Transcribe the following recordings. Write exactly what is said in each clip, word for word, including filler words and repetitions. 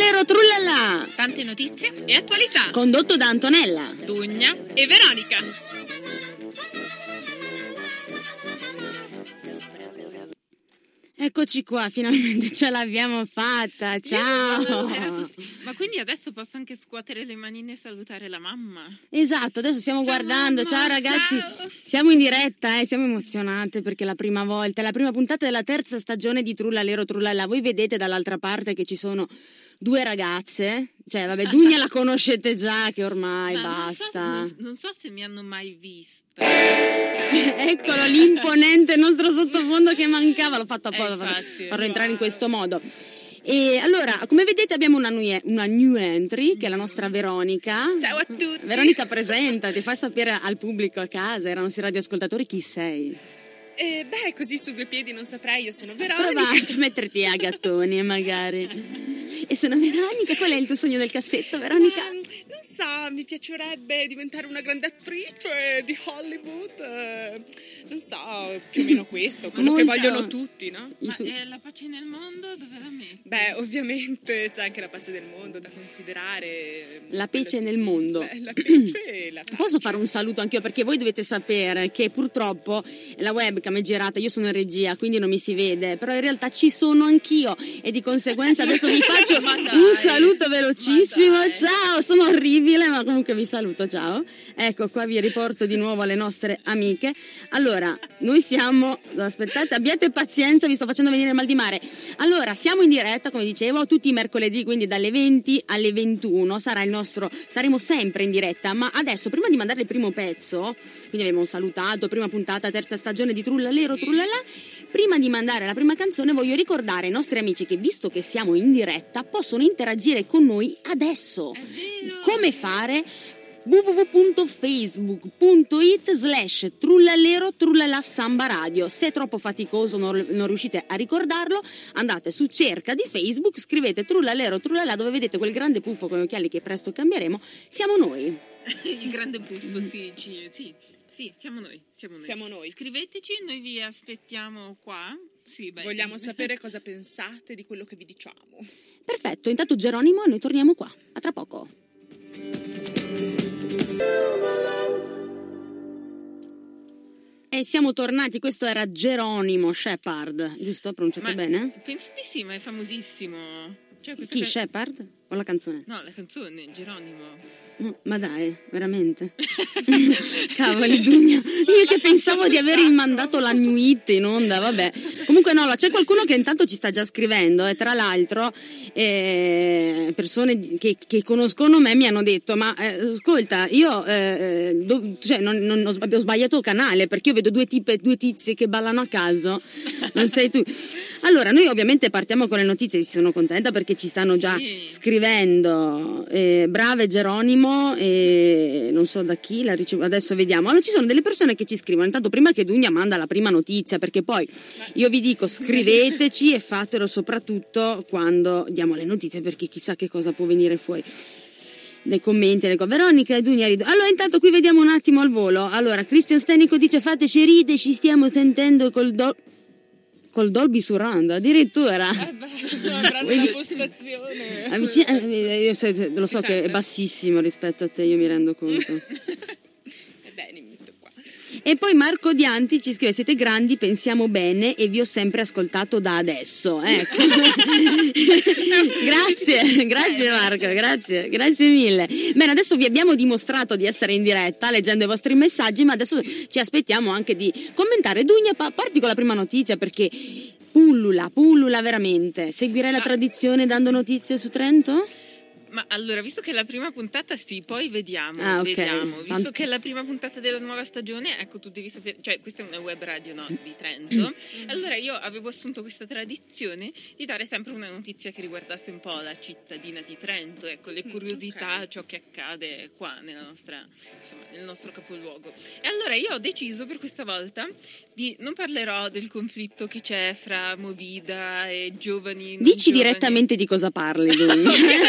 Trullallero trullallà. Tante notizie e attualità. Condotto da Antonella, Dugna e Veronica. Eccoci qua, finalmente ce l'abbiamo fatta, ciao! Ma quindi adesso posso anche scuotere le manine e salutare la mamma? Esatto, adesso stiamo Ciao, guardando, mamma, ciao ragazzi, ciao. Siamo in diretta, eh, siamo emozionate perché è la prima volta, è la prima puntata della terza stagione di Trullallero trullallà. Voi vedete dall'altra parte che ci sono due ragazze, cioè vabbè, Dugna la conoscete già che ormai Ma basta. Non so, non, non so se mi hanno mai vista. Eccolo l'imponente nostro sottofondo che mancava, l'ho fatto apposta, Eh, infatti, farlo entrare in wow. questo modo. E allora, come vedete abbiamo una new, una new entry che è la nostra Veronica. Ciao a tutti. Veronica, presenta, ti fai sapere al pubblico a casa, ai nostri radioascoltatori chi sei. Eh, beh, così su due piedi non saprei, io sono Veronica. Prova a metterti a gattoni magari. E sono Veronica, qual è il tuo sogno del cassetto, Veronica? Ma, non so, mi piacerebbe diventare una grande attrice di Hollywood. eh, Non so, più o meno questo, quello Molto. che vogliono tutti, no? Il Ma tu- eh, la pace nel mondo dove la metti? Beh, ovviamente c'è anche la pace del mondo da considerare. La pece Quello nel sì. mondo. Beh, la pece e la pace. Posso fare un saluto anch'io perché voi dovete sapere che purtroppo la webcam è girata, io sono in regia quindi non mi si vede, però in realtà ci sono anch'io e di conseguenza adesso vi faccio Ma dai, un saluto velocissimo, ma dai. ciao, sono orribile ma comunque vi saluto, ciao. Ecco qua vi riporto di nuovo alle nostre amiche. Allora, noi siamo, aspettate, abbiate pazienza, vi sto facendo venire il mal di mare. Allora, siamo in diretta come dicevo tutti i mercoledì, quindi dalle venti alle ventuno sarà il nostro, saremo sempre in diretta, ma adesso prima di mandare il primo pezzo, quindi abbiamo salutato, prima puntata, terza stagione di Trullallero trullallà, prima di mandare la prima canzone voglio ricordare ai nostri amici che visto che siamo in diretta possono interagire con noi adesso. È vero. Come fare? w w w punto facebook punto it slash trullallero trullallà samba radio. Se è troppo faticoso non, non riuscite a ricordarlo, andate su cerca di Facebook, scrivete trullallero trullallà dove vedete quel grande puffo con gli occhiali che presto cambieremo, siamo noi. Il grande puffo, sì, ci- sì, sì, siamo noi, siamo noi. Siamo noi. Scriveteci, noi vi aspettiamo qua. Sì, beh. Vogliamo sapere cosa pensate di quello che vi diciamo. Perfetto, intanto Geronimo noi torniamo qua, a tra poco. E siamo tornati, questo era Geronimo Shepard, giusto? Pronunciato Ma bene? penso di sì, ma è famosissimo. Cioè, questa Chi, ca- Shepard? O la canzone? No, la canzone, Geronimo. Mm, Ma dai, veramente? Cavoli, Dugna, io che pensavo di aver mandato la new hit in onda, vabbè. Comunque no, c'è qualcuno che intanto ci sta già scrivendo e tra l'altro eh, persone che, che conoscono me mi hanno detto ma eh, ascolta, io eh, do, cioè, non, non ho sb- ho sbagliato canale perché io vedo due, tipe, due tizie che ballano a caso, non sei tu. Allora, noi ovviamente partiamo con le notizie, sono contenta perché ci stanno già Sì. scrivendo, eh, brave Geronimo, e non so da chi la ricevo, adesso vediamo. Allora ci sono delle persone che ci scrivono, intanto prima che Dugna manda la prima notizia, perché poi io vi dico scriveteci e fatelo soprattutto quando diamo le notizie, perché chissà che cosa può venire fuori nei commenti, le cose. Veronica e Dugna ridono. Allora intanto qui vediamo un attimo al volo. Allora Christian Stenico dice fateci ride, ci stiamo sentendo col do... col Dolby Surround addirittura. Eh beh, avranno Quindi- una postazione. Avvicina- eh, io so- lo so Si che è sente. bassissimo rispetto a te, io mi rendo conto. Ebbene, mi metto qua. E poi Marco Dianti ci scrive siete grandi, pensiamo bene e vi ho sempre ascoltato da adesso, ecco. Grazie, grazie Marco, grazie, grazie mille. Bene, adesso vi abbiamo dimostrato di essere in diretta leggendo i vostri messaggi, ma adesso ci aspettiamo anche di commentare. Dugna, pa- parti con la prima notizia perché pullula, pullula veramente. Seguirai la tradizione dando notizie su Trento? Ma allora, visto che è la prima puntata, sì, poi vediamo, Ah, ok. vediamo. Visto Tanto- che è la prima puntata della nuova stagione, ecco, tu devi sapere, cioè questa è una web radio, no, di Mm. Trento. Allora io avevo assunto questa tradizione di dare sempre una notizia che riguardasse un po' la cittadina di Trento, ecco, le curiosità, ok. ciò che accade qua nella nostra, insomma, nel nostro capoluogo. E allora io ho deciso per questa volta di non parlerò del conflitto che c'è fra Movida e giovani. non Dici giovani. direttamente di cosa parli, Dugna.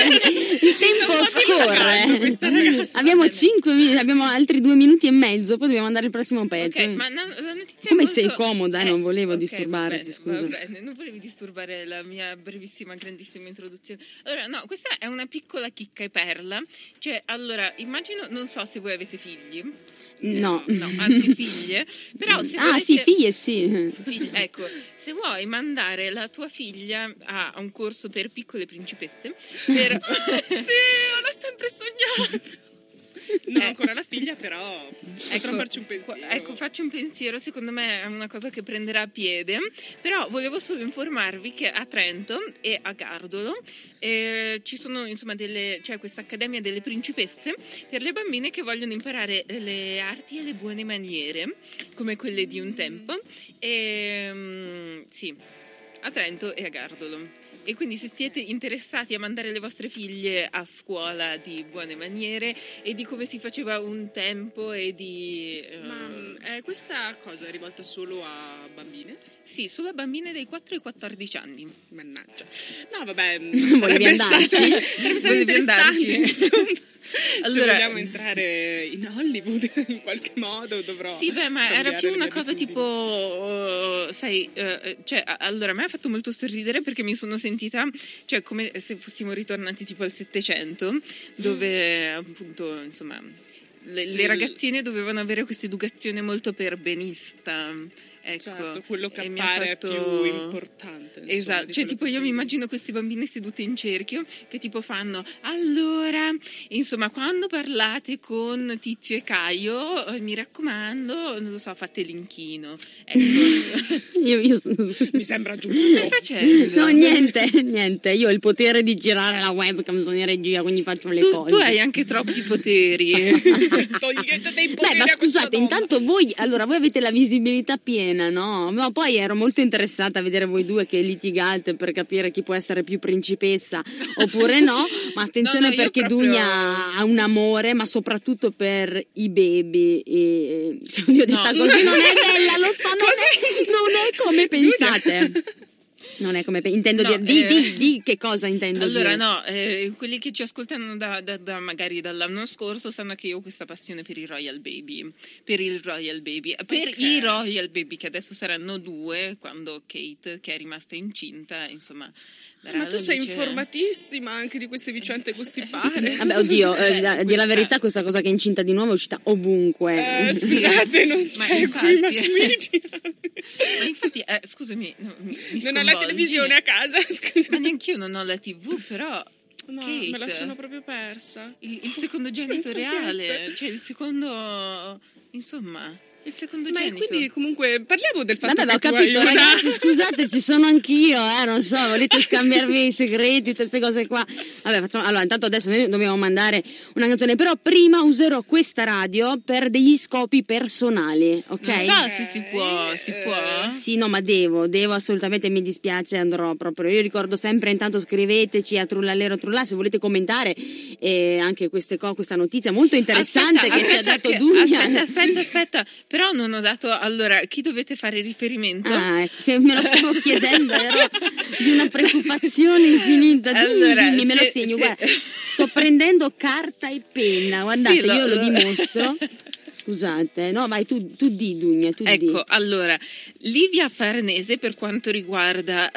Il tempo scorre. Questa ragazza. Abbiamo cinque minuti, abbiamo altri due minuti e mezzo, poi dobbiamo andare al prossimo pezzo. Ok, ma no, la notizia Come è molto... sei comoda, eh, non volevo ok, disturbarti, va bene, scusa. va bene, non volevi disturbare la mia brevissima, grandissima introduzione. Allora, no, questa è una piccola chicca e perla. Cioè, allora, immagino, non so se voi avete figli. No. No, anzi figlie. Però se Ah, volete... sì, figlie sì. Figli- ecco, se vuoi mandare la tua figlia a un corso per piccole principesse, per... Oddio, l'ho sempre sognato. Non ho Eh. ancora la figlia, però potrò farci un pensiero. Ecco, faccio un pensiero, secondo me è una cosa che prenderà piede, però volevo solo informarvi che a Trento e a Gardolo eh, ci sono insomma delle, c'è questa accademia delle principesse per le bambine che vogliono imparare le arti e le buone maniere, come quelle di un tempo, e, mm, sì, a Trento e a Gardolo. E quindi se siete interessati a mandare le vostre figlie a scuola di buone maniere e di come si faceva un tempo e di... eh, Ma eh, questa cosa è rivolta solo a bambine? sì, solo a bambine dai quattro ai quattordici anni. Mannaggia. No, vabbè, Volevi sarebbe andarci? stato, sarebbe stato Volevi interessante, andarci? insomma. Allora- Se vogliamo entrare in Hollywood in qualche modo dovrò Sì, beh, ma era cambiare più le una mie cosa abitudini. tipo, uh, sai, uh, cioè, a- allora a me ha fatto molto sorridere perché mi sono sentita, cioè, come se fossimo ritornati tipo al Settecento, dove appunto, insomma, le, Sì. le ragazzine dovevano avere questa educazione molto perbenista. Ecco, Certo, quello che e mi ha appare fatto- più importante, insomma, Esatto, di cioè quello tipo che io si- mi immagino queste bambine sedute in cerchio che tipo fanno allora, insomma, quando parlate con Tizio e Caio, eh, mi raccomando, non lo so, fate l'inchino. Ecco. Io, io mi sembra Che giusto. stai facendo? No, niente, niente. Io ho il potere di girare la webcam, sono in regia, quindi faccio le Tu, cose. tu hai anche troppi poteri. Togliete dei Beh, poteri ma a questa scusate, donna. intanto voi, allora, voi avete la visibilità piena, no? Ma poi ero molto interessata a vedere voi due che litigate per capire chi può essere più principessa oppure no, ma attenzione No, no, io perché proprio- Dunia ha un amore, ma soprattutto per i baby. E... Cioè, oddio, detta No. così non è bella, lo so, non è, non è come Dunia. pensate. Non è come pe- intendo No, dire, di, eh. di, di che cosa intendo Allora, dire? no, eh, quelli che ci ascoltano da, da- da- magari dall'anno scorso sanno che io ho questa passione per i Royal Baby, per il Royal Baby, per Ok. i Royal Baby che adesso saranno due, quando Kate, che è rimasta incinta, insomma... Ma tu sei dice- informatissima anche di queste vicende gossipare. Vabbè, oddio, eh, Beh, a dire la questa- verità, questa cosa che è incinta di nuovo è uscita ovunque. Eh, scusate, non Ma segui i mass infatti- media. Ma infatti, eh, scusami, no, mi, mi Non ho la sconvolgi. televisione a casa, scusa. Ma neanch'io non ho la tivù, però... No, Kate, me la sono proprio persa. il, il secondogenito Non so reale, niente. cioè il secondo... Insomma... Il Ma secondogenito. quindi comunque parliamo del fatto Vabbè, ma ho che tu capito, hai una... ragazzi, scusate, ci sono anch'io, eh, non so, volete scambiarvi i segreti, tutte queste cose qua. Vabbè, facciamo, allora, intanto adesso noi dobbiamo mandare una canzone, però prima userò questa radio per degli scopi personali, ok? Non so se si può, si Eh, può. Sì, no, ma devo, devo assolutamente, mi dispiace, andrò proprio. Io ricordo sempre, intanto scriveteci a Trullallero Trullà se volete commentare eh, anche queste co- questa notizia molto interessante Aspetta, che ci ha aspetta dato che- Dunia. Aspetta, aspetta, aspetta, però non ho dato, allora, chi dovete fare riferimento? Ah, ecco, che me lo stavo chiedendo, ero di una preoccupazione infinita. Dimmi, Allora, dimmi, me lo se- segno, se- guarda, sto prendendo carta e penna, guardate, Sì, lo- io lo lo- dimostro. Scusate, no, vai, tu, tu di Dunia, tu Ecco, di. allora, Livia Farnese per quanto riguarda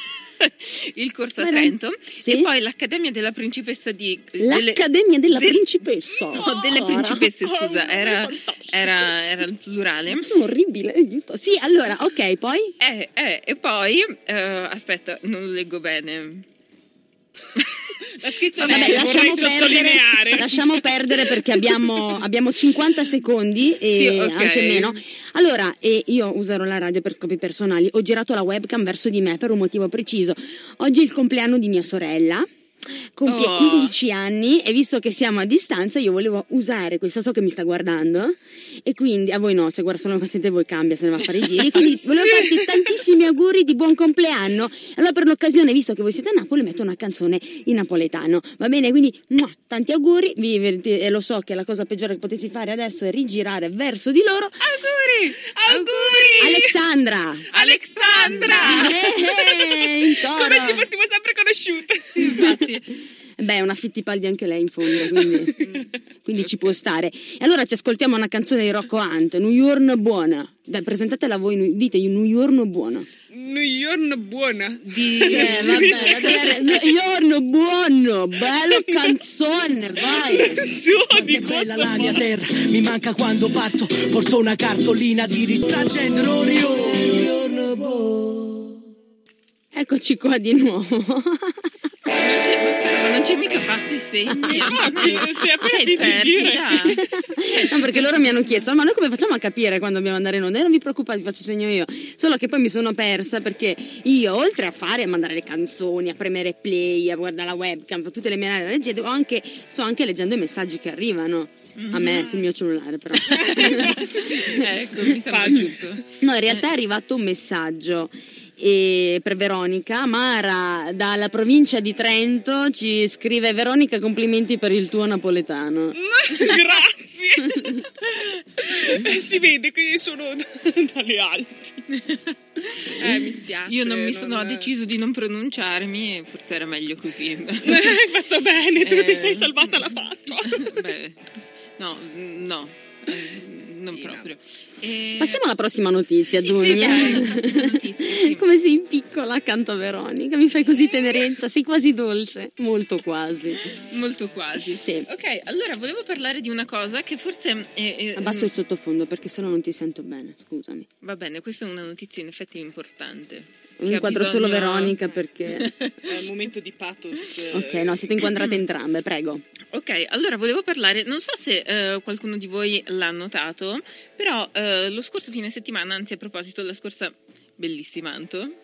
il corso a Vai, vai. Trento Sì. e poi l'Accademia della Principessa di... delle- L'Accademia della del- Principessa. No, delle principesse, scusa, Oh, era, fantastico. era, era il plurale. Sono orribile, aiuto. Sì, allora, ok, poi? Eh, eh, e poi, eh, aspetta, non lo leggo bene. L'ha scritto Vabbè, lei, lasciamo vorrei perdere, sottolineare. lasciamo perdere perché abbiamo, abbiamo cinquanta secondi e Sì, ok. anche meno. Allora, e io userò la radio per scopi personali. Ho girato la webcam verso di me per un motivo preciso. Oggi è il compleanno di mia sorella. Compie Oh. quindici anni e visto che siamo a distanza io volevo usare questa, so che mi sta guardando e quindi a voi no, cioè guarda solo se voi cambia, se ne va a fare i giri, quindi Sì. volevo farti tantissimi auguri di buon compleanno. Allora per l'occasione, visto che voi siete a Napoli, metto una canzone in napoletano, va bene? Quindi mua, tanti auguri, vi, e lo so che la cosa peggiore che potessi fare adesso è rigirare verso di loro. Auguri! Auguri! Alexandra! Alexandra! Eh, eh, in coro. Come ci fossimo sempre conosciute. Infatti. Beh, è una Fittipaldi anche lei in fondo, quindi, quindi ci può stare. E allora ci ascoltiamo una canzone di Rocco Hunt, New York buona. Dai, presentatela voi, dite New York buona. New York buona. Di, eh, vabbè, New York buono, bello canzone, vai. Di bella la mia terra, mi manca quando parto, porto una cartolina di ristagendo New York buono. Eccoci qua di nuovo. Non c'è, ma scusa, ma non c'è mica fatto i segni. C'è appena Sei finito di dire. perdita. No, perché loro mi hanno chiesto, ma noi come facciamo a capire quando dobbiamo andare in onda? E non vi preoccupate, vi faccio segno io. Solo che poi mi sono persa perché io, oltre a fare, a mandare le canzoni, a premere play, a guardare la webcam, tutte le mie legge, devo anche, sto anche leggendo i messaggi che arrivano. A me, sul mio cellulare però. Ecco, mi sembra giusto. No, in realtà è arrivato un messaggio e per Veronica. Mara dalla provincia di Trento ci scrive: Veronica, complimenti per il tuo napoletano. Grazie. Eh, si vede che sono dalle Alpi. Eh, mi spiace. Io non mi sono non... ho deciso di non pronunciarmi e forse era meglio così. Eh, hai fatto bene, tu Eh, ti sei salvata la faccia. Beh, no, no, eh, non proprio. E... Passiamo alla prossima notizia, Sì, Dunia. dai, notizia, sì. Come sei piccola accanto a Veronica, mi fai così tenerezza, sei quasi dolce, molto quasi. Molto quasi. Sì. Ok, allora volevo parlare di una cosa che forse è, è- Abbasso il sottofondo perché sennò non ti sento bene, scusami. va bene, questa è una notizia in effetti importante. Un che ha inquadro bisogno- solo Veronica perché... È un momento di pathos. eh, Ok, no, siete inquadrate entrambe, prego. Ok, allora volevo parlare, non so se eh, qualcuno di voi l'ha notato, però eh, lo scorso fine settimana, anzi a proposito della scorsa bellissima Anto,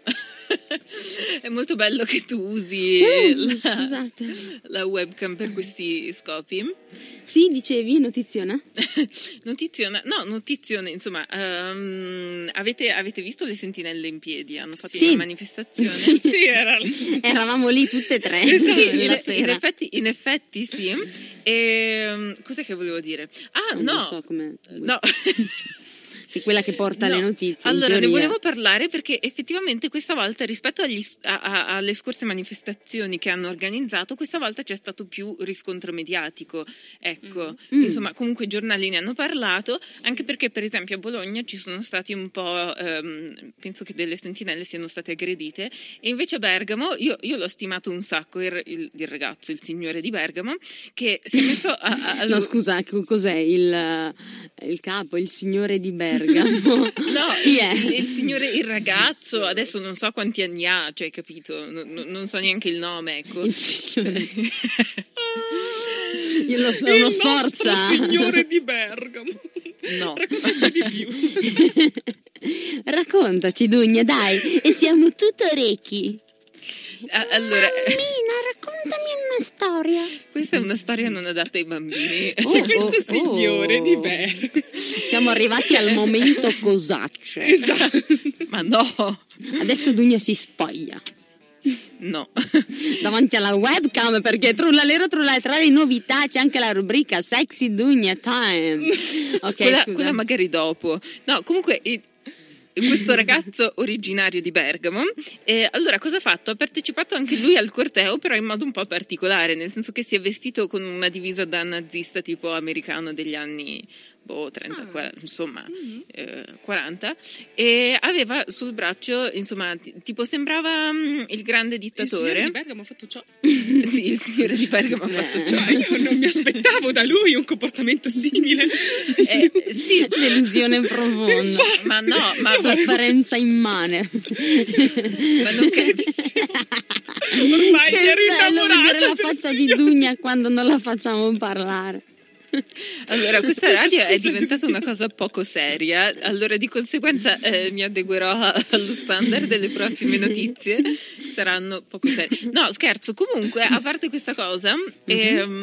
è molto bello che tu usi Uh, la, scusate. la webcam per questi scopi. Sì, dicevi, notiziona? Notizione, no, notizione, insomma, ehm, avete, avete visto le sentinelle in piedi? Hanno fatto Sì. una manifestazione? Sì. Sì, era lì. Eravamo lì tutte e tre Sì, in, la in sera. effetti, in effetti sì. E, cos'è che volevo dire? Ah, Non no, lo so come... no. Sei quella che porta No. le notizie. in Allora, ne teoria. volevo parlare perché effettivamente questa volta, rispetto agli, a- a- alle scorse manifestazioni che hanno organizzato, questa volta c'è stato più riscontro mediatico. Ecco, Mm. insomma, comunque i giornali ne hanno parlato, anche perché, per esempio, a Bologna ci sono stati un po', ehm, penso che delle sentinelle siano state aggredite, e invece a Bergamo, io, io l'ho stimato un sacco, il, il- il ragazzo, il signore di Bergamo, che si è messo a... a- a- No, scusa, co- cos'è il, il capo, il signore di Bergamo? No, Chi è? il, il signore, il ragazzo, adesso non so quanti anni ha, cioè, capito? Non, non- non so neanche il nome, ecco. Il signore. Io lo so, Il uno nostro sforza. signore di Bergamo. No. Raccontaci di più. Raccontaci, Dugna, dai, e siamo tutto orecchi. A- allora, Mina, raccontami una storia. questa è una storia non adatta ai bambini. C'è Oh, questo oh, signore oh. di Bergamo. Siamo arrivati al momento cosacce. Esatto. Ma no, Adesso Dugna si spoglia no. davanti alla webcam perché trullalero trullare, tra le novità c'è anche la rubrica Sexy Dugna Time. Ok, quella, scusa. quella magari dopo. No, comunque... il- questo ragazzo originario di Bergamo, eh, allora cosa ha fatto? Ha partecipato anche lui al corteo, però in modo un po' particolare, nel senso che si è vestito con una divisa da nazista tipo americano degli anni boh, trenta, quaranta, insomma eh, quaranta, e aveva sul braccio, insomma, t- tipo sembrava mm, il grande Il signore dittatore. di Bergamo ha fatto ciò. Sì, il signore di Bergamo ha fatto ciò. Cioè, io non mi aspettavo da lui un comportamento simile. Eh, sì, Delusione profonda. ma no, ma, Sofferenza immane. ma non capisco. Ormai Che ero bello innamorata vedere la del faccia di signore. Dugna quando non la facciamo parlare. Allora, questa radio è Scusa, diventata una cosa poco seria, allora di conseguenza eh, mi adeguerò a- allo standard delle prossime notizie, saranno poco serie. No, scherzo, comunque, a parte questa cosa, ehm,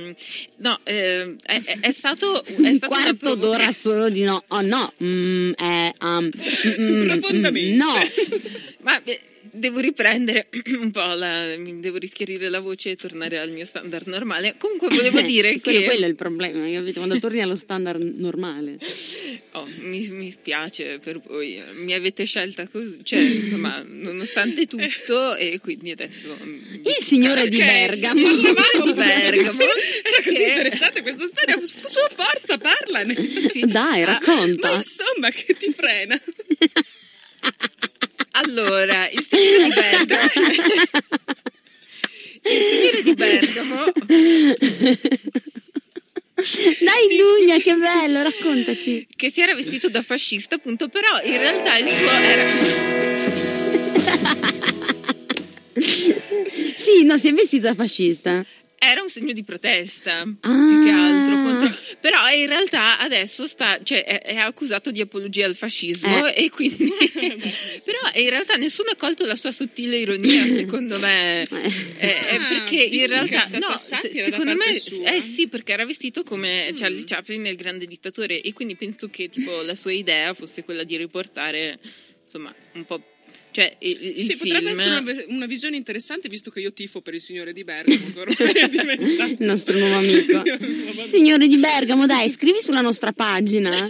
ehm, no, eh, è, è stato è un stata quarto una provoca- d'ora solo di no. Oh no, mm, eh, um, mm, Profondamente. mm, no. Ma beh, devo riprendere un po' la, mi devo rischiarire la voce e tornare al mio standard normale. Comunque volevo dire quello, che quello è il problema, capito? Quando torni allo standard normale. oh, mi, mi spiace per voi, mi avete scelta così, cioè insomma, nonostante tutto, e quindi adesso Il signore di Ok, Bergamo. io trovavo di Bergamo, Era così che- interessante questa storia. Su sua forza, parlane. Sì. Dai, Ah, racconta. Ma insomma, che ti frena? Allora, il signore di Bergamo il signore di Bergamo Dai, Dugna, che bello, raccontaci. che si era vestito da fascista, appunto, però in realtà il suo era Sì, no, si è vestito da fascista. era un segno di protesta, Ah. più che altro contro, però in realtà adesso sta, cioè è, è accusato di apologia al fascismo Eh. e quindi però in realtà nessuno ha colto la sua sottile ironia, secondo me. Eh. È, è Ah, perché in dici che realtà è stata no, satira se- da secondo parte me sua? eh sì, perché era vestito come Charlie Chaplin nel Grande Dittatore e quindi penso che tipo la sua idea fosse quella di riportare insomma un po', cioè il, il Sì, film potrebbe essere una, una visione interessante, visto che io tifo per il signore di Bergamo, che ormai è diventato Il nostro nuovo amico. Signore di Bergamo, dai, scrivi sulla nostra pagina.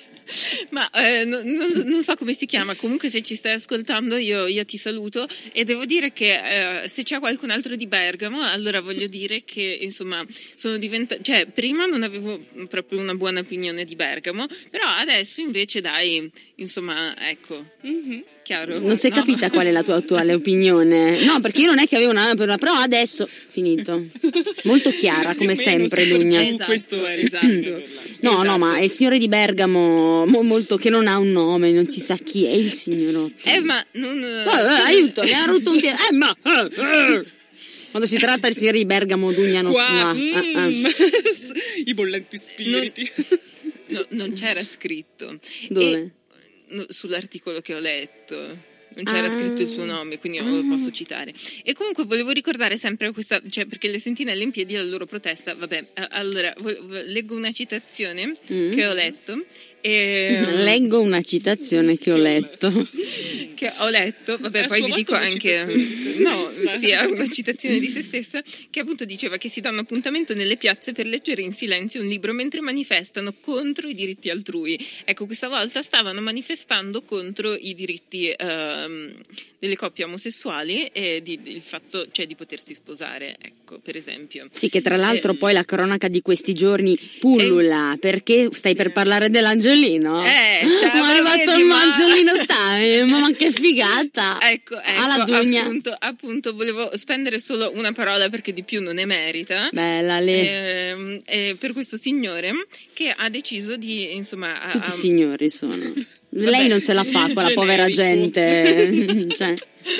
Ma eh, no- no- non so come si chiama, comunque se ci stai ascoltando io, io ti saluto e devo dire che eh, se c'è qualcun altro di Bergamo allora voglio dire che insomma sono diventata, cioè prima non avevo proprio una buona opinione di Bergamo, però adesso invece dai, insomma ecco, Mhm. chiaro. Non si è no? capita qual è la tua attuale opinione. No, perché io non è che avevo una, però adesso finito. Molto chiara, come Più o meno sempre, su per Dugna. giù, questo è Esatto. il No, no, ma è il signore di Bergamo, mo- molto che non ha un nome, non si sa chi è il signorotto. Eh ma non... Eh, eh, aiuto, mi ha rotto un piede. Eh, ma... eh, eh. Quando si tratta del signore di Bergamo, Dugna non Qua, no, eh, eh. mm, i bollenti spiriti. no, non c'era scritto. Dove? E- no, sull'articolo che ho letto non c'era Ah. scritto il suo nome, quindi io lo posso citare. E comunque volevo ricordare sempre questa, cioè perché le sentinelle in piedi la loro protesta, vabbè, a- allora vo- vo- leggo una citazione Mm. che ho letto e Leggo una citazione che ho letto. che ho letto, vabbè, È a poi sua vi volta dico una anche citazione di se no, stessa. sì, è una citazione di se stessa che appunto diceva che si danno appuntamento nelle piazze per leggere in silenzio un libro mentre manifestano contro i diritti altrui. Ecco, questa volta stavano manifestando contro i diritti ehm, delle coppie omosessuali e di, il fatto, cioè, di potersi sposare, ecco, per esempio. Sì, che tra l'altro Eh, poi la cronaca di questi giorni pullula, perché stai Sì. per parlare dell'Angiolino? Eh, cioè, ma è ma arrivato vedi, il ma- Angiolino time, ma che figata! Ecco, ecco, Alla Dugna. appunto, appunto, volevo spendere solo una parola perché di più non ne merita. Bella le... Ehm, eh, per questo signore che ha deciso di, insomma, a- Tutti a- signori sono. Lei non se la fa, il quella povera generico. gente. Cioè,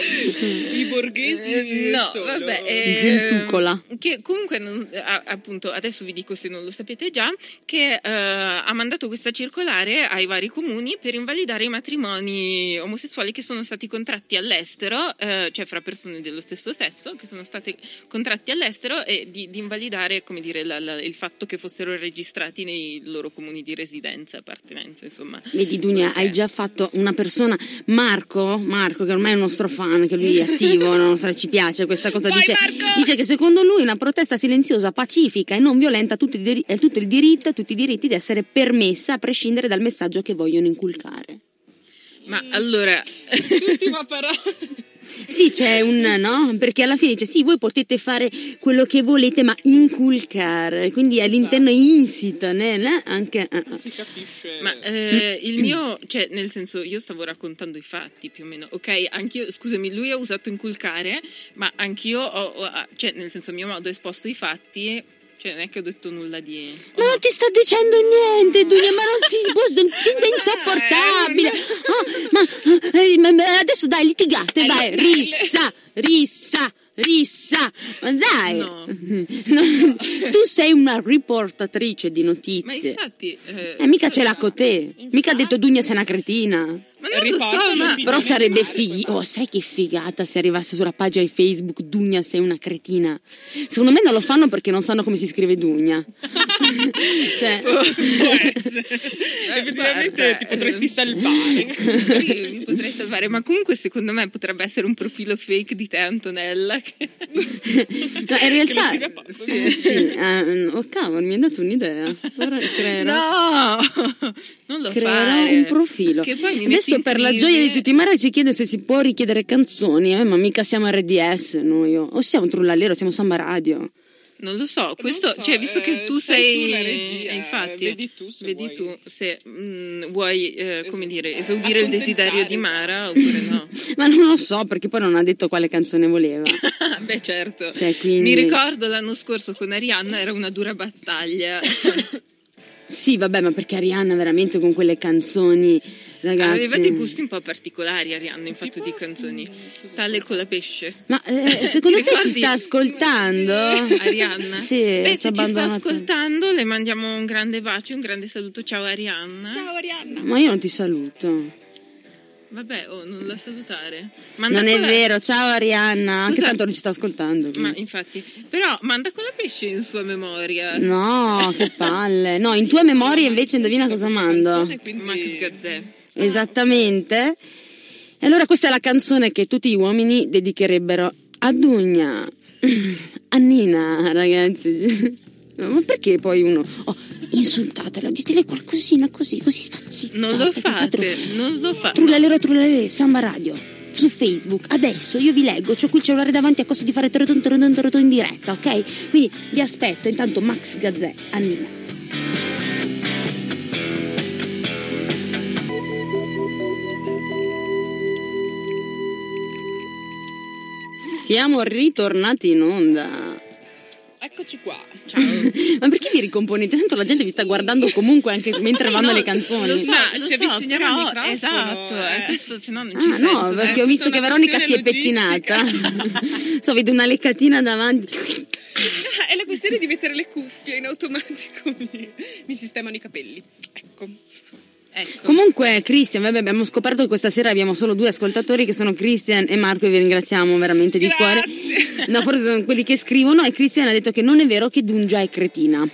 I borghesi Eh, no, solo. vabbè, eh, Gentucola. che comunque non- a- appunto adesso vi dico se non lo sapete già che eh, ha mandato questa circolare ai vari comuni per invalidare i matrimoni omosessuali che sono stati contratti all'estero, eh, cioè fra persone dello stesso sesso che sono state contratti all'estero e di, di invalidare, come dire, la- la- il fatto che fossero registrati nei loro comuni di residenza, appartenenza, insomma. vedi Dunia, hai già fatto una persona, Marco, Marco che ormai è un nostro fan, che lui è attivo, no? Sai, ci piace questa cosa, Vai, dice, Marco! dice che secondo lui una protesta silenziosa, pacifica e non violenta ha tutto il, diri- ha tutto il diritto, tutti i diritti di essere permessa a prescindere dal messaggio che vogliono inculcare. Ma allora L'ultima parola. Sì, c'è un no, perché alla fine dice sì, voi potete fare quello che volete, ma inculcare, quindi all'interno è insito, né, né? Anche eh, eh. Si capisce. Ma eh, il mio, cioè nel senso io stavo raccontando i fatti più o meno, ok? Anch'io, scusami, lui ha usato inculcare, ma anch'io ho, ho- cioè nel senso a mio modo ho esposto i fatti, cioè non è che ho detto nulla di... Ma non ti sta dicendo niente, Dunia, ma non si può, è insopportabile. Ah, ma, eh, ma- ma adesso dai, litigate, vai, rissa, rissa. Rissa, ma dai, No. No, tu sei una riportatrice di notizie. Ma infatti... Eh, Eh, mica ce l'ha con te. Mica ha detto Dunja sei una cretina. Ma non lo so, Riportano ma... il Però sarebbe mare, fighi. Oh, sai che figata se arrivasse sulla pagina di Facebook Dunja sei una cretina. Secondo me non lo fanno perché non sanno come si scrive Dunja. Cioè, Può essere. Effettivamente guarda, ti potresti eh, salvare. Sì, mi potrei salvare, ma comunque secondo me potrebbe essere un profilo fake di te, Antonella. Che... no, in Che lo realtà scrive apposta. sì, sì, eh, oh cavolo, mi hai dato un'idea. Ora creerò, No, non lo creerò fare. un profilo. Che poi mi metti Adesso in per la crisi. gioia di tutti i mari ci chiede se si può richiedere canzoni, eh, ma mica siamo R D S noi, oh. O siamo Trullalero, siamo Samba Radio. Non lo so, questo, Non so, cioè, visto che eh, tu sei sei, tu la regia, eh, infatti, vedi tu se vedi vuoi. tu se mm, vuoi, eh, come Esatto. dire, esaudire il desiderio di Mara Accontentare, oppure no. Ma non lo so perché poi non ha detto quale canzone voleva. Beh, certo. Cioè, quindi- Mi ricordo l'anno scorso con Arianna era una dura battaglia. Sì, vabbè, ma perché Arianna veramente con quelle canzoni, ragazzi. Aveva dei gusti un po' particolari Arianna in fatto di canzoni. Tale con la pesce. Ma eh, secondo Ti te ci ricordi? sta ascoltando? Arianna? Sì, Beh, ci ha se ci sta abbandonato. ascoltando le mandiamo un grande bacio, un grande saluto. Ciao Arianna. Ciao Arianna. Ma io non ti saluto. Vabbè, oh, non la salutare. Manda Non è con la- vero, ciao Arianna, anche Scusa. tanto non ci sta ascoltando. Ma quindi. infatti, però manda con la pesce in sua memoria. No, che palle. No, in tua memoria invece indovina cosa mando. Quindi... Max Gazzè. Esattamente. E allora questa è la canzone che tutti gli uomini dedicherebbero a Dunja, a Nina, ragazzi. Ma perché poi uno... Oh, insultatela, ditele qualcosina così, così sta zitta. Non lo sta zitta, fate, tru- non lo fate. Trullalero, trullalero, Samba Radio, su Facebook. Adesso io vi leggo, c'ho qui il cellulare davanti a costo di fare trotton trotton trotton in diretta, ok? Quindi vi aspetto, intanto Max Gazzè, a Nina. Siamo ritornati in onda. Eccoci qua. Ciao. Ma perché vi ricomponete? Tanto la gente vi sta guardando comunque anche mentre vanno No, le canzoni. lo so, Ma lo ci so, avviciniamo però, al microfono, esatto, eh. eh, questo se no non ci Ah sento. no, eh. perché ho tutta visto che una Veronica si è questione pettinata. So, vedo una leccatina davanti. Ah, è la questione di mettere le cuffie in automatico. Mi, mi sistemano i capelli. Ecco. Ecco. Comunque, Christian, vabbè, abbiamo scoperto che questa sera abbiamo solo due ascoltatori che sono Christian e Marco e vi ringraziamo veramente di Grazie. cuore. No, forse sono quelli che scrivono e Christian ha detto che non è vero che Dunja è cretina.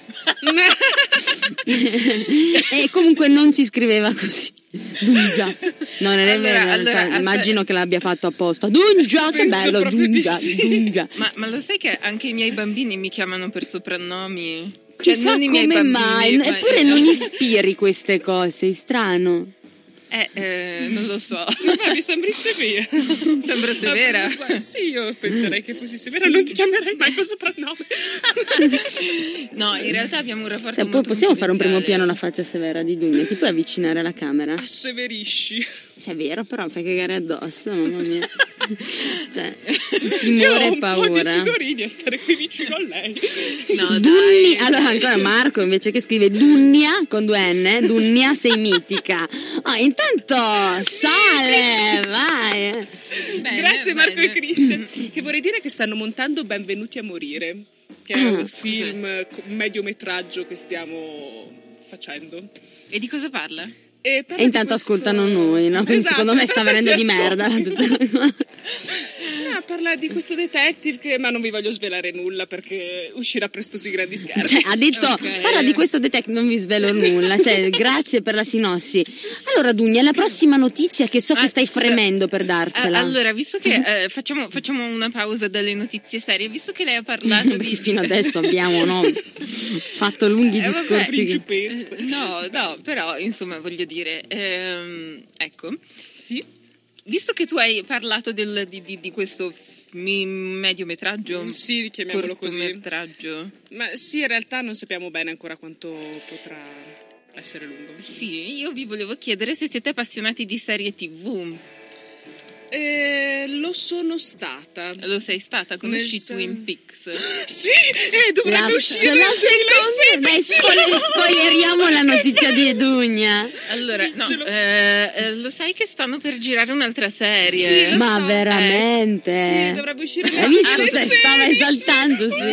E comunque non ci scriveva così. Dunja. No, non è Allora, vero, in realtà, allora, aspetta. immagino che l'abbia fatto apposta. Dunja, che Penso bello, proprio di Dunja, sì. Dunja. Ma, ma lo sai che anche i miei bambini mi chiamano per soprannomi? Chissà non i miei come bambini, mai, ma- eppure non ispiri queste cose, è strano. Eh, eh, non lo so. Ma mi sembri severa. Sembra severa. Ah, guarda, sì, io penserei che fossi severa, non ti chiamerei mai con soprannome. No, in realtà abbiamo un rapporto Cioè, poi molto possiamo fare un primo confidenziale. piano alla faccia severa di Dunja? Ti puoi avvicinare alla camera? Asseverisci. Cioè, è vero, però fai cagare addosso, mamma mia. Cioè, Io timore ho e un po' di paura. sudorini a stare qui vicino a lei. No, Dunni, dai. allora ancora Marco invece che scrive Dunnia con due N, Dunnia sei mitica. Oh, intanto sale, vai. Bene, Grazie Marco bene. e Cristian. Che vorrei dire che stanno montando Benvenuti a morire, che è Ah, un film co- mediometraggio che stiamo facendo. E di cosa parla? E, parla E intanto di questo- ascoltano noi, no? Quindi Esatto, secondo me sta venendo di sì, merda. assolutamente. Ah, parla di questo detective che, ma non vi voglio svelare nulla perché uscirà presto sui grandi schermi. Cioè, ha detto, Ok. parla di questo detective, non vi svelo nulla, cioè, grazie per la sinossi. Allora, Dunja, la prossima notizia che so Ah, che stai scusa. fremendo per Ah, darcela. allora, visto che eh, facciamo, facciamo una pausa dalle notizie serie, visto che lei ha parlato Perché di... fino adesso abbiamo no, fatto lunghi Eh, vabbè, discorsi. che- Principessa. Eh, No, no, però insomma voglio dire, ehm, ecco, Sì? visto che tu hai parlato del- di, di- di questo mi- mediometraggio, Sì, chiamiamolo così. cortometraggio, Ma sì, in realtà non sappiamo bene ancora quanto potrà essere lungo. sì, io vi volevo chiedere se siete appassionati di serie tivù. Eh, lo sono stata. Lo sei stata? Conosci Nel Twin Peaks? Sì, e dovrebbe La, uscire la nel seconda, dai, spoiler- spoileriamo la notizia di Edugna. Allora, no, Ce l'ho- eh, eh, lo sai che stanno per girare un'altra serie? Sì, lo Ma so. veramente? Sì, dovrebbe uscire Hai visto? alle Cioè, stava sedici. esaltandosi.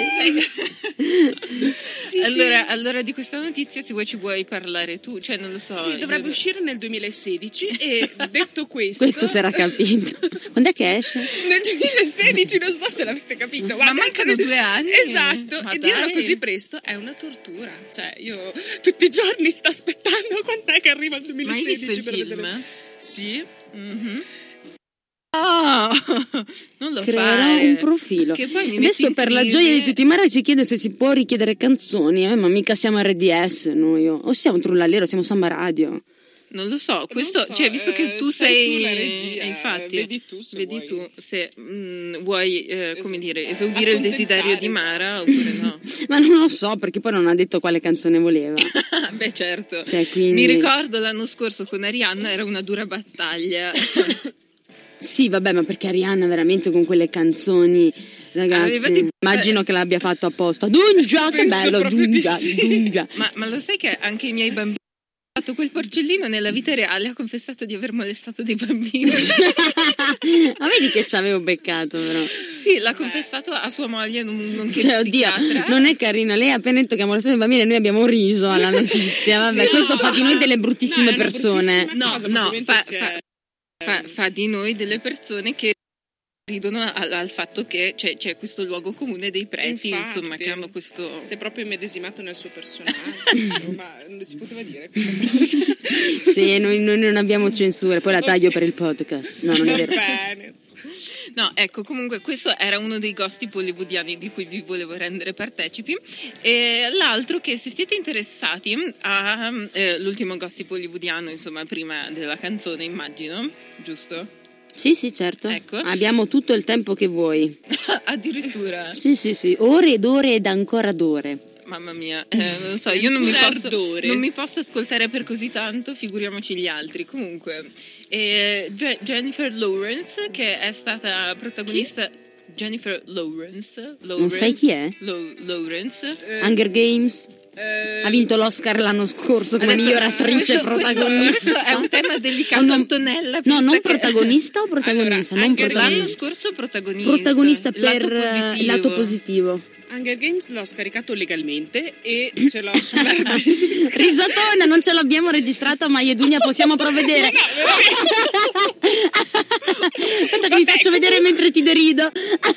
Sì, allora, sì. allora di questa notizia, se vuoi ci vuoi parlare tu, cioè non lo so. Sì, dovrebbe io- uscire nel duemilasedici e detto questo... Questo si era capito. Quando è che esce? Nel duemilasedici, non so se l'avete capito. Ma mancano due anni. Esatto, Ma e dirlo dai. così presto è una tortura. Cioè, io tutti i giorni sto aspettando quant'è che arriva il Ma hai duemilasedici visto il per film? vedere. Sì. Mhm. Ah, non lo Creerò fare. un profilo. Che poi mi metti Adesso in per la crisi. gioia di tutti i mari ci chiede se si può richiedere canzoni, eh, ma mica siamo R D S noi, o siamo Trullallero, siamo Samba Radio. Non lo so, questo, Non so, cioè, visto che eh, tu sei sei, tu la regia, eh, infatti, vedi tu se vedi vuoi. tu se mm, vuoi, eh, come Esatto. dire, esaudire il desiderio di Mara oppure no. Ma non lo so, perché poi non ha detto quale canzone voleva. Beh, certo. Cioè, quindi- Mi ricordo l'anno scorso con Arianna era una dura battaglia. Sì, vabbè, ma perché Arianna veramente con quelle canzoni, Aveva ragazzi, di- immagino che l'abbia fatto apposta. Dungia, che Penso bello, proprio di Dungia, sì. Dungia. ma, ma lo sai che anche i miei bambini hanno fatto quel porcellino nella vita reale, ha confessato di aver molestato dei bambini. Ma vedi che ci avevo beccato, però. Sì, l'ha confessato a sua moglie, non, non che Cioè, oddio, psichiatra. non è carino. Lei ha appena detto che ha molestato i bambini e noi abbiamo riso alla notizia. Vabbè, No, questo fa di noi delle bruttissime no, è una persone. bruttissima No, cosa, no, ovviamente fa, si è- fa- fa- fa di noi delle persone che ridono al, al fatto che c'è, c'è questo luogo comune dei preti, Infatti, insomma, che hanno questo... Si è proprio immedesimato nel suo personaggio, insomma, non si poteva dire questa cosa. Sì, noi, noi non abbiamo censure. Poi la taglio per il podcast. No, non è Va vero. bene. No, ecco, comunque questo era uno dei gossip hollywoodiani di cui vi volevo rendere partecipi. E l'altro, che se siete interessati all'ultimo gossip hollywoodiano, insomma, prima della canzone, immagino, giusto? Sì, sì, certo. Ecco. Abbiamo tutto il tempo che vuoi. Addirittura, Sì, sì, sì. Ore ed ore ed ancora d'ore. mamma mia, eh, non so, io non mi, posso, Ardore. non mi posso ascoltare per così tanto, figuriamoci gli altri. Comunque, eh, Je- Jennifer Lawrence, che è stata protagonista... Jennifer Lawrence, Lawrence Non sai chi è? Law- Lawrence. Hunger Games. Eh, Ha vinto l'Oscar l'anno scorso come Adesso, miglior attrice questo- questo- protagonista. questo è un tema delicato, O non- Antonella, No, pensa non che- protagonista o protagonista? Allora, non Hunger protagonista. L'anno scorso protagonista. Protagonista per Lato eh, positivo. lato positivo. Hunger Games l'ho scaricato legalmente e ce l'ho sull'hard disk. Risatona, non ce l'abbiamo registrata, ma io e Dunia possiamo provvedere. Aspetta che vi faccio vedere mentre ti derido.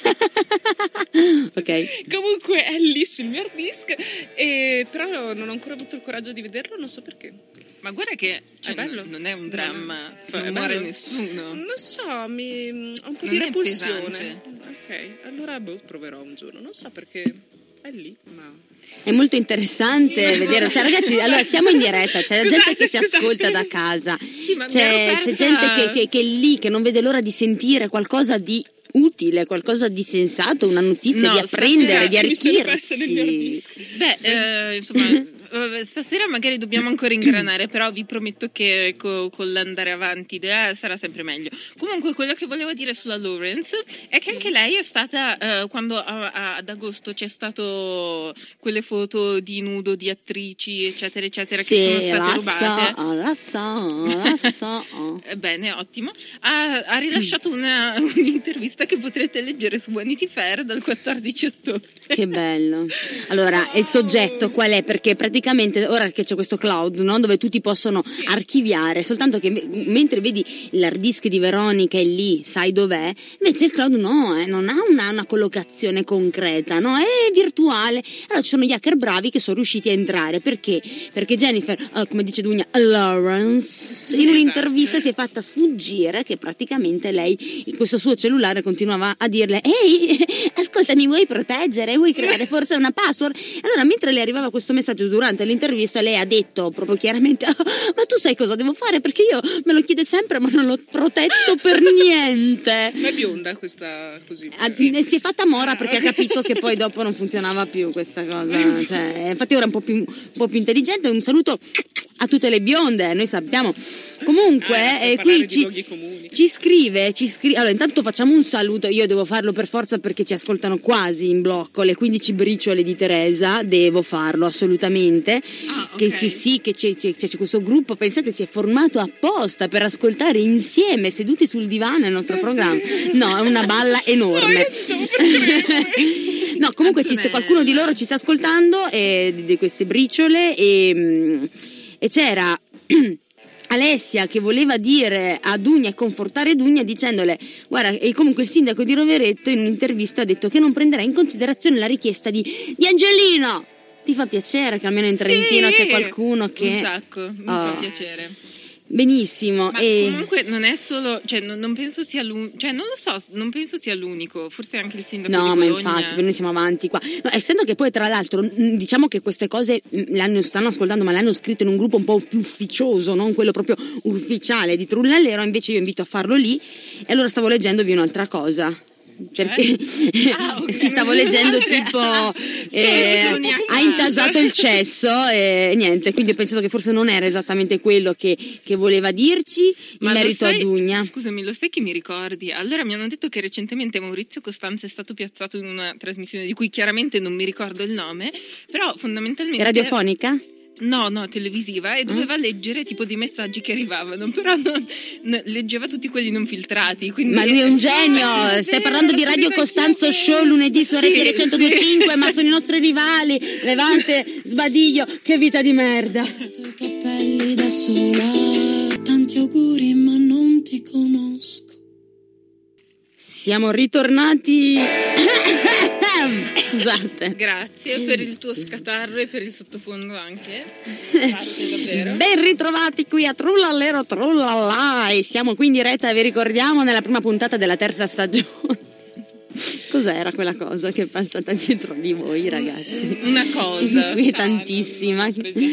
Ok. Comunque è lì sul mio hard disk, e però non ho ancora avuto il coraggio di vederlo, non so perché. Ma guarda che cioè, È bello. non è un dramma, Fa- non è muore bello? nessuno. Non so, mi ho un po' Non di è repulsione. Ok, allora boh, proverò un giorno, non so perché è lì, ma È molto interessante vedere, cioè ragazzi, allora siamo in diretta, c'è la Scusate, gente che ci scusate. ascolta da casa, ma mi c'è, ero c'è persa- gente che, che, che è lì, che non vede l'ora di sentire qualcosa di utile, qualcosa di sensato, una notizia, No, di apprendere, di scusate, mi sono persa nel mio hard arricchirsi. disk. Beh, eh, insomma, eh, stasera magari dobbiamo ancora ingranare, però vi prometto che co- con l'andare avanti eh, sarà sempre meglio. Comunque, quello che volevo dire sulla Lawrence è che anche lei è stata, eh, quando a- a- ad agosto c'è stato quelle foto di nudo di attrici, eccetera, eccetera, che sono Sì, state la rubate. so, la so, la so. Eh, Bene, ottimo. Ha, ha rilasciato una, un'intervista che potrete leggere su Vanity Fair dal quattordici ottobre. Che bello. Allora, il soggetto qual è? Perché praticamente ora che c'è questo cloud, no? Dove tutti possono archiviare, soltanto che me- mentre vedi l'hard disk di Veronica è lì, sai dov'è, invece il cloud no, eh, non ha una, una collocazione concreta, no? È virtuale. Allora ci sono gli hacker bravi che sono riusciti a entrare. Perché? Perché Jennifer, eh, come dice Dunia, Lawrence, in un'intervista si è fatta sfuggire che praticamente lei, in questo suo cellulare, continuava a dirle: ehi, ascolta, mi vuoi proteggere? Vuoi creare forse una password? Allora, mentre le arrivava questo messaggio durante durante l'intervista lei ha detto proprio chiaramente ah, ma tu sai cosa devo fare? Perché io me lo chiede sempre ma non l'ho protetto per niente. Ma è bionda questa così? Ah, si è fatta mora perché ha capito che poi dopo non funzionava più questa cosa, cioè, infatti ora è un po' più, un po' più intelligente. Un saluto a tutte le bionde, noi sappiamo. Comunque ah, eh, qui ci, ci scrive, ci scrive. Allora intanto facciamo un saluto, io devo farlo per forza perché ci ascoltano quasi in blocco, le quindici briciole di Teresa, devo farlo assolutamente. Ah, okay. Che ci, sì, che c'è, c'è, c'è questo gruppo, pensate, si è formato apposta per ascoltare insieme, seduti sul divano, il nostro programma. No, è una balla enorme. No, io ci stavo per credere. No, comunque ci sta, qualcuno di loro ci sta ascoltando eh, di, di queste briciole e, e c'era Alessia che voleva dire a Dugna e confortare Dugna dicendole guarda, e comunque il sindaco di Rovereto in un'intervista ha detto che non prenderà in considerazione la richiesta di, di Angelino. Ti fa piacere che almeno in Trentino sì, c'è qualcuno che un sacco, mi oh. fa piacere. Benissimo. Ma e... comunque non è solo, cioè non, non penso sia l'unico, cioè non lo so, non penso sia l'unico, forse anche il sindaco no, di ma Bologna. infatti, per noi siamo avanti qua. No, essendo che poi tra l'altro diciamo che queste cose l'hanno, stanno ascoltando, ma le hanno scritte in un gruppo un po' più ufficioso, non quello proprio ufficiale di Trullallero, invece io invito a farlo lì e allora stavo leggendovi un'altra cosa. Perché ah, okay. si stavo leggendo tipo eh, ha intasato il cesso e niente, quindi ho pensato che forse non era esattamente quello che, che voleva dirci in Ma merito sai, a Dugna. Scusami, lo sai che mi ricordi? Allora mi hanno detto che recentemente Maurizio Costanzo è stato piazzato in una trasmissione di cui chiaramente non mi ricordo il nome, però fondamentalmente Radiofonica? No, no, televisiva, e doveva mm. leggere tipo di messaggi che arrivavano, però non, no, leggeva tutti quelli non filtrati. Quindi... Ma lui è un genio, ah, stai parlando di Radio Costanzo Show lunedì su R T L centodue e cinque, sì. Ma sono i nostri rivali, Levante, Sbadiglio, che vita di merda. I capelli da sola, tanti auguri ma non ti conosco. Siamo ritornati. Scusate. Grazie per il tuo scatarro e per il sottofondo anche. Grazie davvero. Ben ritrovati qui a Trullallero Trullallà e siamo qui in diretta, vi ricordiamo, nella prima puntata della terza stagione. Cos'era quella cosa che è passata dietro di voi, ragazzi? Una cosa inquietantissima.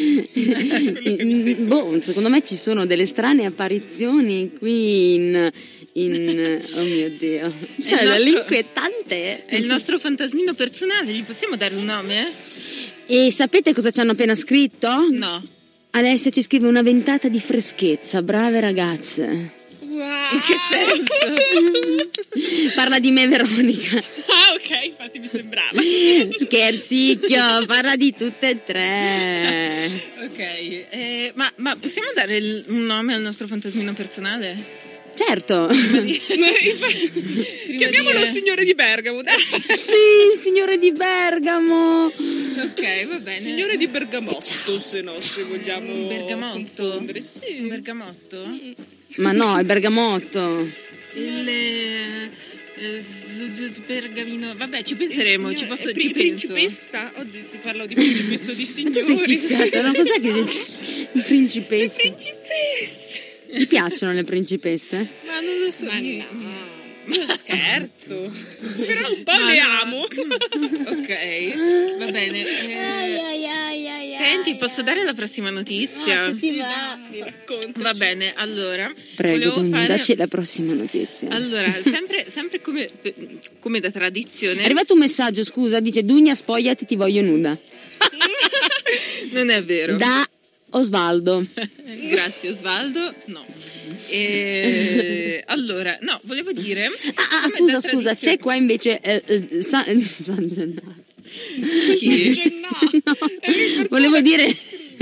Boh, secondo me ci sono delle strane apparizioni qui in In, oh mio Dio, cioè nostro, l'inquietante è il nostro fantasmino personale, gli possiamo dare un nome? E sapete cosa ci hanno appena scritto? No. Alessia ci scrive una ventata di freschezza, brave ragazze. Wow. In che senso? Parla di me, Veronica. Ah, ok, infatti mi sembrava. Scherzicchio, parla di tutte e tre. Ok, eh, ma, ma possiamo dare il, un nome al nostro fantasmino personale? Certo. Chiamiamolo il signore di Bergamo, dai. Sì, il signore di Bergamo. Ok, va bene. Signore di Bergamotto, se no, se vogliamo Bergamotto? Sì. Un bergamotto? Ma no, è Bergamotto. Il eh, z- z- Bergamino. Vabbè, ci penseremo, signore, ci posso pri- ci penso. Principessa? Oddio, si parla di principessa di signori. Tu sei fissata, no? Cos'è che il principessa? Le principesse. Ti piacciono le principesse? Ma non lo so. Ma io... no. Io scherzo, però un po' Ma le no. amo. Ok, va bene. Eh, Ai, ai, ai, ai, senti, ai, posso ai. dare la prossima notizia? Ah, se ti va. Raccontaci. Va bene, allora. Prego, volevo Dugna, fare... dacci la prossima notizia. Allora, sempre, sempre come, come da tradizione. È arrivato un messaggio, scusa, dice Dugna spogliati, ti voglio nuda. Non è vero. Da Osvaldo. Grazie Osvaldo. No. E... Allora, no, volevo dire. Ah, ah, come scusa, da scusa, tradizione- c'è qua invece eh, eh, San, San Gennaro. Chi? Gennaro. No, volevo dire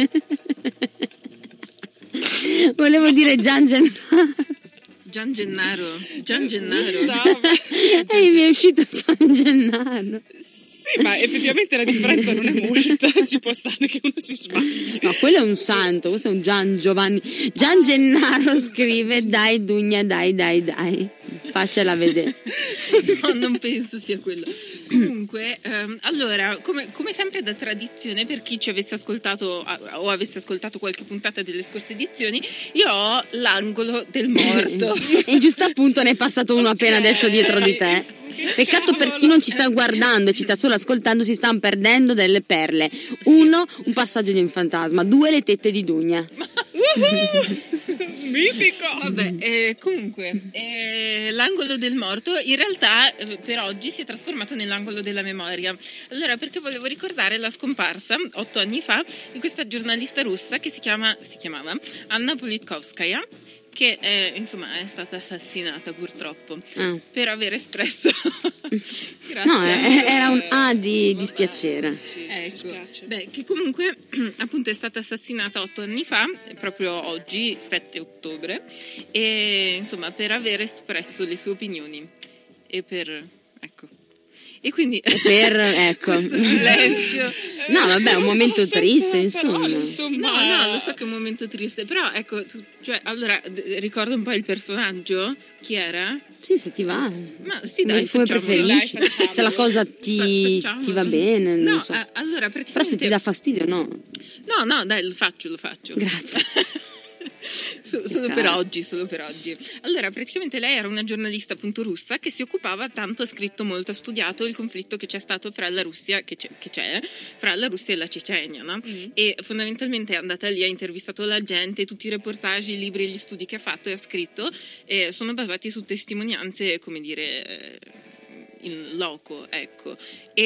volevo dire Gian Gennaro. Gian Gennaro. Gian Gennaro. E mi è uscito San Gennaro. Sì, ma effettivamente la differenza non è molta, ci può stare che uno si sbagli. No, quello è un santo, questo è un Gian Giovanni. Gian Gennaro scrive dai Dugna, dai, dai, dai. Faccela vedere. No, non penso sia quello. Comunque, ehm, allora, come, come sempre da tradizione, per chi ci avesse ascoltato o avesse ascoltato qualche puntata delle scorse edizioni, io ho l'angolo del morto. E giusto appunto ne è passato uno appena Ok. adesso dietro di te. Peccato per chi non ci sta guardando e ci sta solo ascoltando, si stanno perdendo delle perle. Uno, un passaggio di un fantasma. Due, le tette di Dunja. Mitico. Vabbè, eh, comunque, eh, l'angolo del morto in realtà eh, per oggi si è trasformato nell'angolo della memoria. Allora, perché volevo ricordare la scomparsa otto anni fa di questa giornalista russa che si chiama si chiamava Anna Politkovskaya, che è, insomma è stata assassinata purtroppo ah. per aver espresso grazie no eh, era un A di dispiacere. Ecco. Beh, che comunque appunto è stata assassinata otto anni fa, proprio oggi sette ottobre, e insomma per aver espresso le sue opinioni e per ecco e quindi e per ecco silenzio. No, vabbè, è un momento triste, insomma. Però, insomma. No, no, lo so che è un momento triste, però ecco, tu, cioè, allora, d- ricorda un po' il personaggio? Chi era? Sì, se ti va. Ma sì, dai, come facciamo. preferisci, Dai, facciamo. se la cosa ti, Facciamo. ti va bene, No, non so. a- allora, Però praticamente se ti dà fastidio, no. No, no, dai, lo faccio, lo faccio. Grazie. So- solo per oggi, solo per oggi. Allora, praticamente lei era una giornalista appunto russa che si occupava tanto, ha scritto molto, ha studiato il conflitto che c'è stato fra la Russia, che c'è, che c'è fra la Russia e la Cecenia, no? Mm. E fondamentalmente è andata lì, ha intervistato la gente, tutti i reportage, i libri, gli studi che ha fatto e ha scritto eh, sono basati su testimonianze, come dire... Eh, in loco, ecco.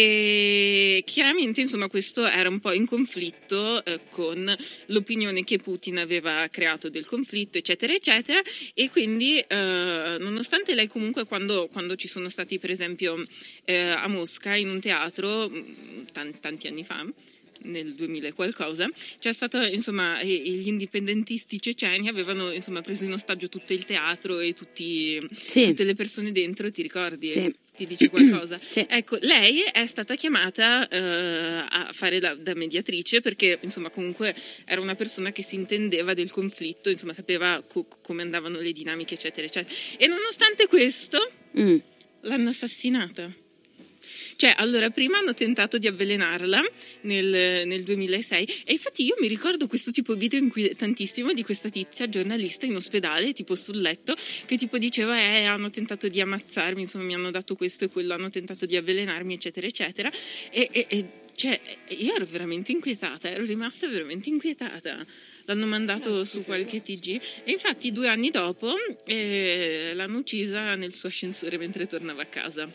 E chiaramente, insomma, questo era un po' in conflitto eh, con l'opinione che Putin aveva creato del conflitto, eccetera, eccetera. E quindi, eh, nonostante lei comunque, quando, quando ci sono stati, per esempio, eh, a Mosca, in un teatro, tanti, tanti anni fa, nel duemila e qualcosa, c'è stato, insomma, gli indipendentisti ceceni avevano, insomma, preso in ostaggio tutto il teatro e tutti, sì. tutte le persone dentro, ti ricordi? Sì. Ti dice qualcosa? Sì. Ecco, lei è stata chiamata eh, a fare da, da mediatrice perché, insomma, comunque era una persona che si intendeva del conflitto, insomma, sapeva co- come andavano le dinamiche, eccetera, eccetera. E nonostante questo, mm. l'hanno assassinata. Cioè, allora, prima hanno tentato di avvelenarla nel, nel duemilasei e infatti io mi ricordo questo tipo di video inquietantissimo di questa tizia giornalista in ospedale, tipo sul letto, che tipo diceva eh, hanno tentato di ammazzarmi, insomma, mi hanno dato questo e quello, hanno tentato di avvelenarmi, eccetera, eccetera. E, e, e cioè, io ero veramente inquietata, ero rimasta veramente inquietata. L'hanno mandato su qualche T G e infatti due anni dopo eh, l'hanno uccisa nel suo ascensore mentre tornava a casa.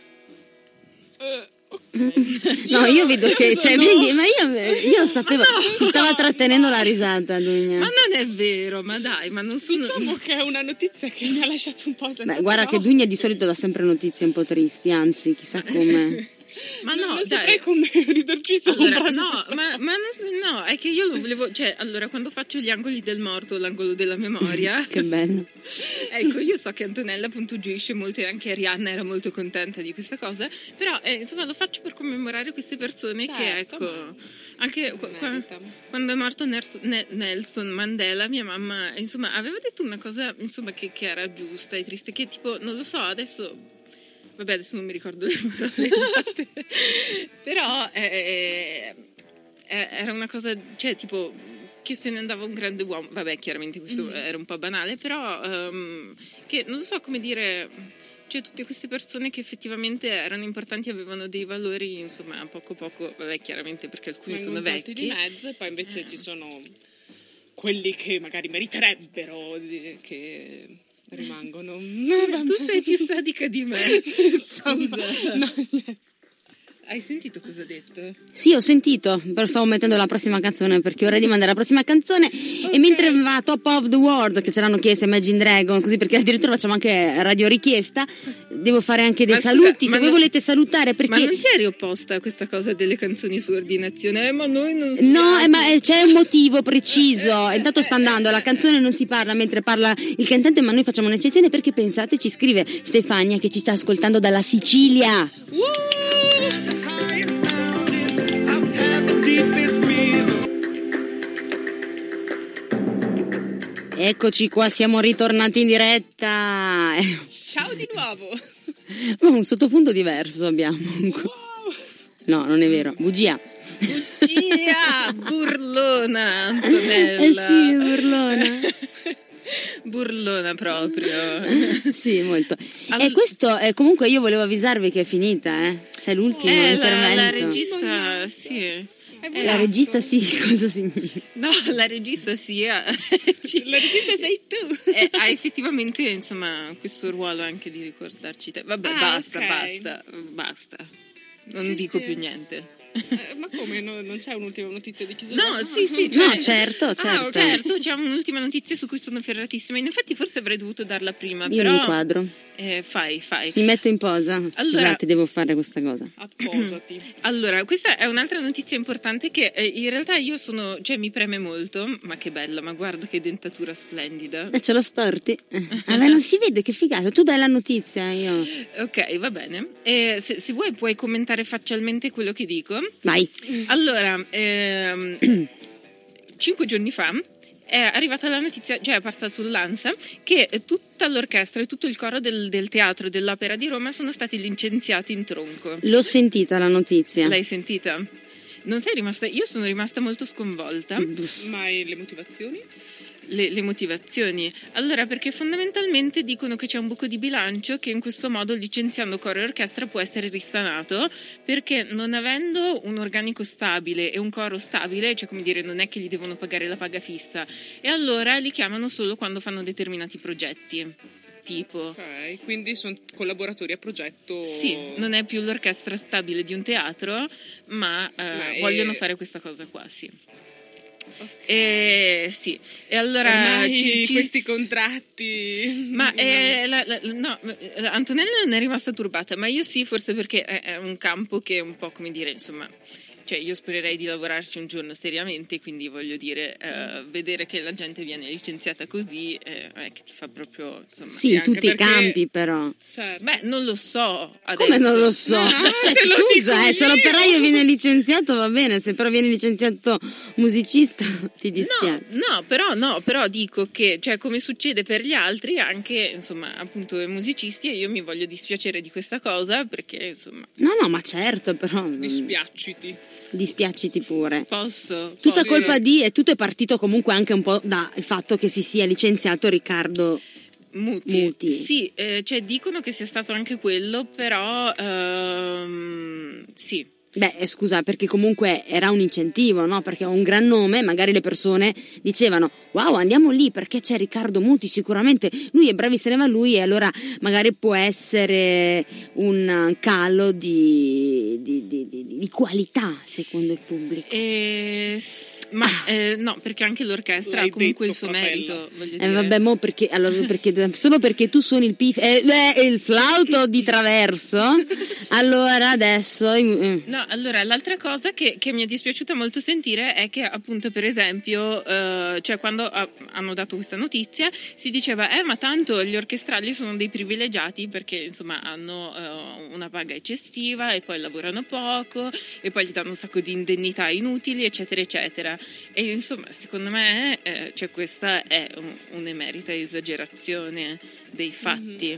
Uh, okay. No, io vedo che sono... cioè, vedi, ma io, io sapevo ma no, si stava so. trattenendo la risata, Dunja. Ma non è vero, ma dai, ma non sono... Diciamo che è una notizia che mi ha lasciato un po' senza Beh, guarda che Dunja di solito dà sempre notizie un po' tristi, anzi, chissà come. Ma no, non dai. saprei come riderci su allora, no, ma, ma non, no, è che io lo volevo, cioè, allora, quando faccio gli angoli del morto, l'angolo della memoria, che bello. Ecco, io so che Antonella appunto gioisce molto e anche Arianna era molto contenta di questa cosa, però eh, insomma lo faccio per commemorare queste persone certo, che, ecco, anche qu- qu- quando è morto Nelson Mandela, mia mamma, insomma, aveva detto una cosa, insomma, che, che era giusta e triste, che tipo, non lo so, adesso... Vabbè, adesso non mi ricordo le parole, però eh, eh, era una cosa, cioè tipo che se ne andava un grande uomo, vabbè chiaramente questo mm. era un po' banale, però um, che non lo so come dire, cioè tutte queste persone che effettivamente erano importanti, avevano dei valori, insomma poco poco, vabbè chiaramente perché alcuni vengono sono vecchi. di mezzo e poi invece eh. ci sono quelli che magari meriterebbero, che... rimangono. No, tu sei più sadica di me. Scusa. No, hai sentito cosa ha detto? Sì, ho sentito, però stavo mettendo la prossima canzone perché ora di mandare la prossima canzone okay. E mentre va Top of the World, che ce l'hanno chiesto Imagine Dragon, così perché addirittura facciamo anche radio richiesta, devo fare anche dei ma saluti, scusa, se voi non, volete salutare perché... Ma non ti eri opposta a questa cosa delle canzoni su ordinazione? Eh, ma noi non siamo... No, eh, ma c'è un motivo preciso, intanto sta andando, la canzone non si parla mentre parla il cantante, ma noi facciamo un'eccezione perché pensate, ci scrive Stefania che ci sta ascoltando dalla Sicilia. Uh! Eccoci qua, siamo ritornati in diretta. Ciao di nuovo. Un sottofondo diverso abbiamo. Wow. No, non è vero, bugia. Bugia, burlona Antonella. Eh sì, burlona. burlona proprio. Sì, molto. All- E questo, eh, comunque io volevo avvisarvi che è finita, eh. C'è l'ultimo Eh, la, intervento. la regista, sì. È La regista sì, cosa significa? No, la regista sì. ha- La regista sei tu. eh, ha effettivamente, insomma, questo ruolo anche di ricordarci te. Vabbè, Ah, basta, ok. basta, basta. Non Sì, dico sì. più niente. Eh, ma come? No, non c'è un'ultima notizia di chiusura? No, sì, sì, No, cioè- certo, certo. Ah, ok. Certo, c'è un'ultima notizia su cui sono ferratissima. In effetti forse avrei dovuto darla prima, Io però mi inquadro. eh, fai, fai. Mi metto in posa. Scusate, Allora- devo fare questa cosa. Apposati. Allora, questa è un'altra notizia importante che eh, in realtà io sono, cioè mi preme molto, ma che bella, ma guarda che dentatura splendida. Eh, ce l'ho storti. Eh. Ah, ma non si vede, che figata. Tu dai la notizia, io. Ok, va bene. Eh, se, se vuoi puoi commentare faccialmente quello che dico. Vai. Allora, ehm, cinque giorni fa è arrivata la notizia, cioè è passata sull'Ansa, che tutta l'orchestra e tutto il coro del, del teatro dell'Opera di Roma sono stati licenziati in tronco. L'ho sentita la notizia. L'hai sentita? Non sei rimasta? Io sono rimasta molto sconvolta. Ma e le motivazioni? Le, le motivazioni. Allora, perché fondamentalmente dicono che c'è un buco di bilancio che in questo modo, licenziando coro e orchestra, può essere risanato, perché non avendo un organico stabile e un coro stabile, cioè come dire, non è che gli devono pagare la paga fissa, e allora li chiamano solo quando fanno determinati progetti. Tipo, Ok, quindi sono collaboratori a progetto. sì, non è più l'orchestra stabile di un teatro, ma, eh, Ma è- vogliono fare questa cosa qua, sì. E, sì, e allora Ormai ci, ci- questi contratti. Ma eh, la- la- no, Antonella non è rimasta turbata, ma io sì, forse perché è, è un campo che è un po', come dire, insomma, cioè io spererei di lavorarci un giorno seriamente, quindi voglio dire, eh, vedere che la gente viene licenziata così eh, è che ti fa proprio, insomma. Sì, Sì, in anche tutti i perché- campi, però. Certo. Beh, non lo so adesso. Come non lo so? No, Cioè, te lo scusa, dico eh, se io. l'operaio viene licenziato va bene, se però viene licenziato musicista ti No, dispiace. no, però no, però dico che, cioè, come succede per gli altri, anche, insomma, appunto, i musicisti, e io mi voglio dispiacere di questa cosa, perché, insomma, No, no, ma certo, però. mm, Dispiacciti. Dispiaciti pure. posso... Tutta posso- colpa di, e tutto è partito comunque anche un po' dal fatto che si sia licenziato Riccardo. Muti. Muti. Sì, eh, cioè dicono che sia stato anche quello, però ehm, sì. Beh, eh, scusa, perché comunque era un incentivo, no? Perché ha un gran nome, magari le persone dicevano wow, andiamo lì perché c'è Riccardo Muti, sicuramente lui è bravissimo a lui, e allora magari può essere un calo di, di, di, di, di qualità secondo il pubblico. E, s- ma eh, no, perché anche l'orchestra L'hai ha comunque detto, il suo fratello. merito, voglio Eh, dire. vabbè, mo perché, allora, perché solo perché tu suoni il pif eh, beh, il flauto di traverso, allora adesso eh, No, allora l'altra cosa che, che mi è dispiaciuta molto sentire è che appunto per esempio eh, cioè quando ha- hanno dato questa notizia si diceva eh ma tanto gli orchestrali sono dei privilegiati perché insomma hanno eh, una paga eccessiva e poi lavorano poco e poi gli danno un sacco di indennità inutili eccetera eccetera, e insomma secondo me eh, cioè questa è un, un'emerita esagerazione dei fatti.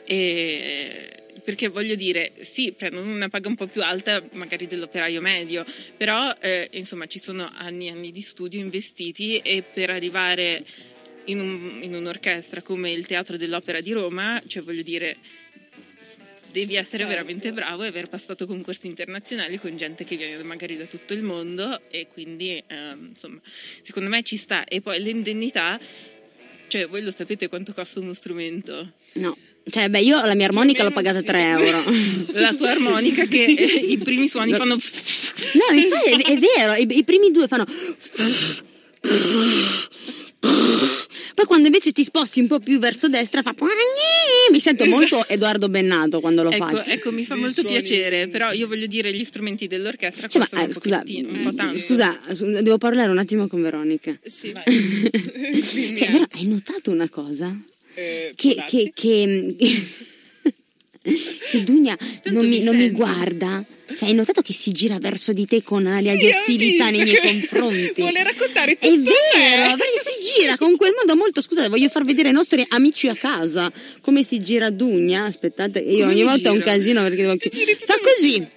E perché voglio dire, sì, prendono una paga un po' più alta magari dell'operaio medio, però eh, insomma ci sono anni e anni di studio investiti, e per arrivare in, un- in un'orchestra come il Teatro dell'Opera di Roma, cioè voglio dire, devi essere Certo. veramente bravo e aver passato concorsi internazionali con gente che viene magari da tutto il mondo, e quindi ehm, insomma secondo me ci sta. E poi le indennità, cioè voi lo sapete quanto costa uno strumento? no. Cioè, beh, io la mia armonica l'ho Più o meno pagata sì. tre euro. La tua armonica che eh, i primi suoni fanno No, infatti è, è vero, i, i primi due fanno. Poi quando invece ti sposti un po' più verso destra fa. Mi sento molto Edoardo Bennato quando lo ecco, faccio. ecco, mi fa Dei molto suoni- piacere, però io voglio dire gli strumenti dell'orchestra Cioè, ma, costano eh, un scusa, pochettino, un po' sì. tanto. scusa, su- devo parlare un attimo con Veronica. Sì. Cioè, però, hai notato una cosa? Eh, Che, può darsi. che, che, che Dunia non mi, mi non mi sento. guarda. Cioè, hai notato che si gira verso di te con aria Sì, di ho ostilità nei visto miei che confronti? vuole raccontare È tutto a vero, me. perché si gira con quel modo molto. Scusate, voglio far vedere ai nostri amici a casa come si gira Dunia. Aspettate, io Come ogni mi volta è un giro? casino perché devo. Ti giri tutto Fa così.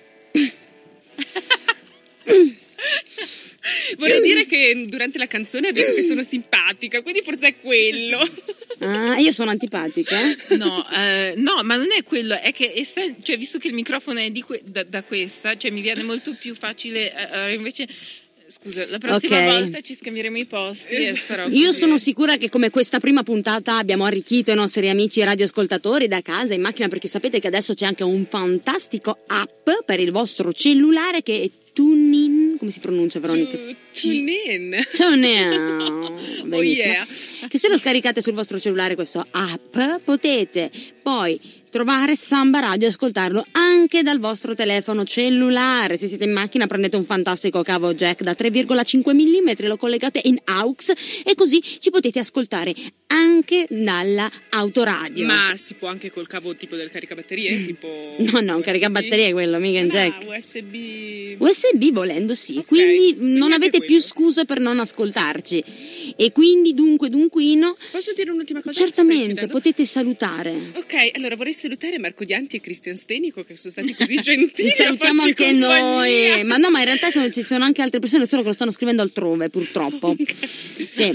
Vorrei dire che durante la canzone ha detto che sono simpatica, quindi forse è quello. Ah, io sono antipatica? No, eh, no, ma non è quello, è che essen- cioè, visto che il microfono è di que- da, da questa, cioè mi viene molto più facile, eh, invece... Scusa, la prossima Ok. volta ci scambieremo i posti e starò Io così. sono sicura che come questa prima puntata abbiamo arricchito i nostri amici radioascoltatori da casa, in macchina, perché sapete che adesso c'è anche un fantastico app per il vostro cellulare che è TuneIn, come si pronuncia, Veronica? TuneIn. TuneIn. Oh Benissimo. yeah. Che se lo scaricate sul vostro cellulare questo app potete poi trovare Samba Radio e ascoltarlo anche dal vostro telefono cellulare. Se siete in macchina prendete un fantastico cavo jack da tre virgola cinque millimetri, lo collegate in aux e così ci potete ascoltare anche dalla autoradio. Ma si può anche col cavo tipo del caricabatterie, tipo No, no, un U S B? caricabatterie quello, mica un Ah, jack. U S B. U S B volendo sì, Ok, quindi quindi non anche avete quello. più scuse per non ascoltarci. E quindi dunque dunquino, Posso dire un'ultima cosa? certamente Stai chiudendo? potete salutare. Ok, allora vorrei salutare Marco Dianti e Cristian Stenico che sono stati così gentili. Ti a salutiamo farci anche compagnia. noi, ma no, ma in realtà sono- ci sono anche altre persone solo che lo stanno scrivendo altrove, purtroppo. Sì.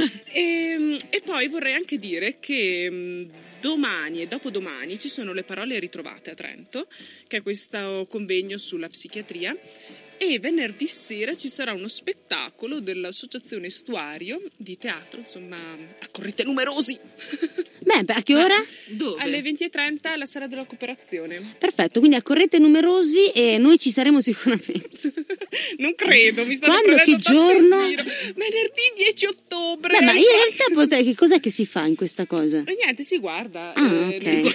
E, e poi vorrei anche dire che mh, domani e dopodomani ci sono le parole ritrovate a Trento, che è questo convegno sulla psichiatria. E venerdì sera ci sarà uno spettacolo dell'associazione Estuario di teatro, insomma, accorrete numerosi. Beh, a che ora? Dove? Alle venti e trenta alla sala della cooperazione. Perfetto, quindi accorrete numerosi e noi ci saremo sicuramente. Non credo, mi stanno Quando? prendendo Che tanto in giorno? giro. Venerdì dieci ottobre. Beh, ma in il realtà prossimo- potrei, che cos'è che si fa in questa cosa? E niente, si guarda. Ah, eh, ok. ci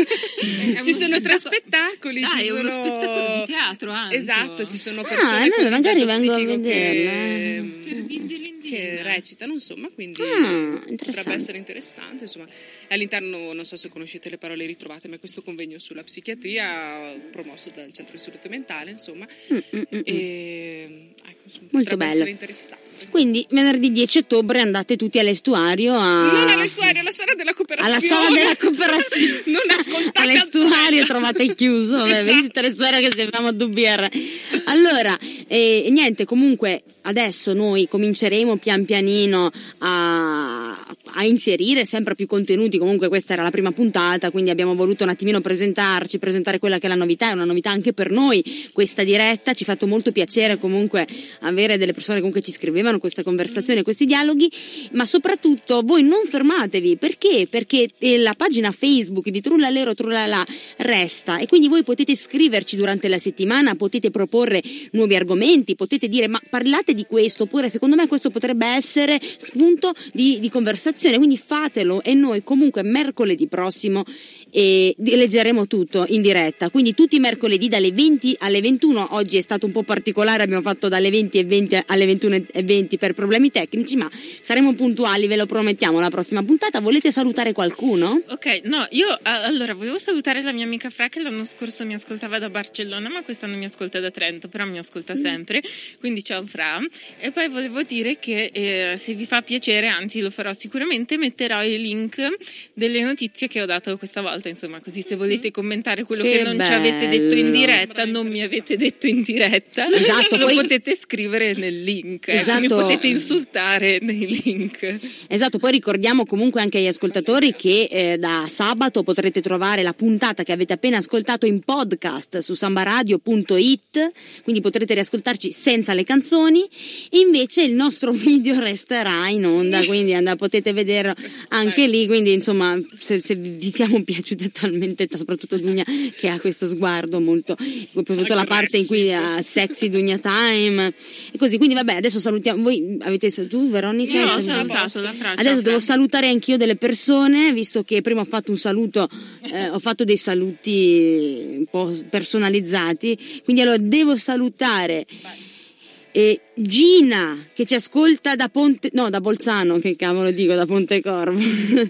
sono- ci sono tre spettacoli. Ah, ci è sono... uno spettacolo di teatro anche. Esatto, ci sono Ah, persone eh, con magari disagio vengo a psichico vederlo, che, eh. Per dindilindina. che recitano, insomma, quindi Ah, potrebbe interessante. essere interessante. Insomma, all'interno, non so se conoscete le parole ritrovate, ma è questo convegno sulla psichiatria promosso dal Centro di Salute Mentale, insomma, Mm, mm, mm, mm. e ecco, insomma, Molto potrebbe bello. essere interessante. Quindi venerdì dieci ottobre andate tutti all'estuario a... Non all'estuario, alla sala della cooperazione. alla sala della cooperazione. Non ascoltate all'estuario Antonella. trovate chiuso. Vabbè, Esatto. vedi tutte le storie che sembriamo a due birre. Allora, eh, niente, comunque adesso noi cominceremo pian pianino a, a inserire sempre più contenuti. Comunque questa era la prima puntata, quindi abbiamo voluto un attimino presentarci, presentare quella che è la novità, è una novità anche per noi questa diretta. Ci ha fatto molto piacere comunque avere delle persone che comunque ci scrivevano questa conversazione, questi dialoghi, ma soprattutto voi non fermatevi. Perché? Perché eh, la pagina Facebook di Trullalero Trullala resta e quindi voi potete scriverci durante la settimana, potete proporre nuovi argomenti, potete dire ma parlate di questo, oppure secondo me questo potrebbe essere spunto di, di conversazione, quindi fatelo e noi comunque mercoledì prossimo e leggeremo tutto in diretta, quindi tutti i mercoledì dalle venti alle ventuno. Oggi è stato un po' particolare, abbiamo fatto dalle venti e venti alle ventuno e venti per problemi tecnici, ma saremo puntuali, ve lo promettiamo, la prossima puntata. Volete salutare qualcuno? Ok, no, io a- allora volevo salutare la mia amica Fra che l'anno scorso mi ascoltava da Barcellona, ma quest'anno mi ascolta da Trento, però mi ascolta sempre, quindi ciao Fra. E poi volevo dire che eh, se vi fa piacere, anzi lo farò sicuramente, metterò i link delle notizie che ho dato questa volta, insomma, così se volete commentare quello che, Che non ci avete bello. detto in diretta, non mi avete detto in diretta, Esatto, lo poi- potete scrivere nel link, ecco, Esatto. mi potete insultare nei link. Esatto, poi ricordiamo comunque anche agli ascoltatori che eh, da sabato potrete trovare la puntata che avete appena ascoltato in podcast su sambaradio punto it, quindi potrete riascoltarci senza le canzoni, e invece il nostro video resterà in onda, quindi and- potete vederlo anche lì, quindi insomma se, se vi siamo piaciute talmente, soprattutto Dunia che ha questo sguardo molto, soprattutto la parte in cui ha sexy Dunia time e così, quindi vabbè, adesso salutiamo voi, avete tu Veronica? Io hai ho salutato? salutato la Fra. Adesso ciao, devo Fra. salutare anch'io delle persone, visto che prima ho fatto un saluto, eh, ho fatto dei saluti un po' personalizzati, quindi allora devo salutare eh, Gina che ci ascolta da Ponte, no, da Bolzano, che cavolo dico, da Pontecorvo.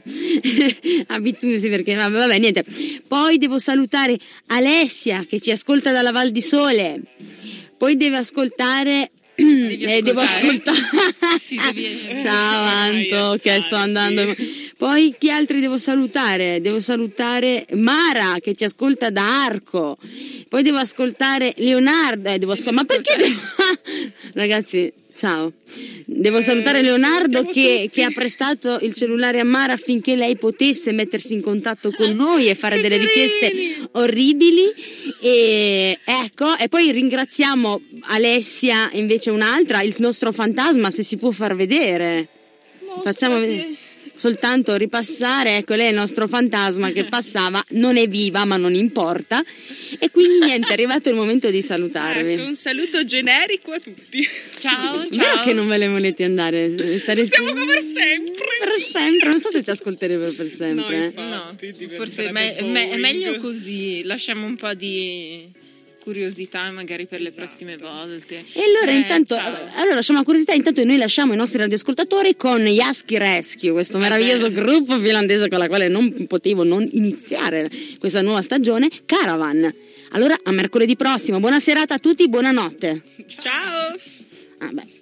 Abitudini, perché vabbè, vabbè, niente. Poi devo salutare Alessia che ci ascolta dalla Val di Sole. Poi deve ascoltare Devi eh, devo ascoltare? ascoltare. Sì, devi- Ciao Anto, che sto andando. Poi chi altri devo salutare? Devo salutare Mara che ci ascolta da Arco. Poi devo ascoltare Leonardo, eh, devo ascoltare. Ma perché devo... Ragazzi, Ciao. Devo salutare Eh, Leonardo salutiamo che, tutti. che ha prestato il cellulare a Mara affinché lei potesse mettersi in contatto con noi e fare Che delle richieste carini! orribili. E ecco, e poi ringraziamo Alessia, invece un'altra, il nostro fantasma, se si può far vedere. Facciamo vedere. Soltanto ripassare, ecco, lei è il nostro fantasma che passava, non è viva ma non importa, e quindi niente, è arrivato il momento di salutarvi. Ecco, un saluto generico a tutti. Ciao, Vero ciao. che non ve le volete andare? Starete- Stiamo qua per sempre. per sempre, non so se ci ascolterete per No, sempre. eh. infatti, No, diventerebbe forse è, me- me- è boring. meglio così, lasciamo un po' di curiosità magari per le Esatto. prossime volte. E allora Eh, intanto, ciao. allora lasciamo la curiosità, intanto noi lasciamo i nostri radioascoltatori con Yaski Rescue, questo meraviglioso gruppo finlandese con la quale non potevo non iniziare questa nuova stagione, Caravan. Allora a mercoledì prossimo, buona serata a tutti, buonanotte. Ciao. Ah, beh.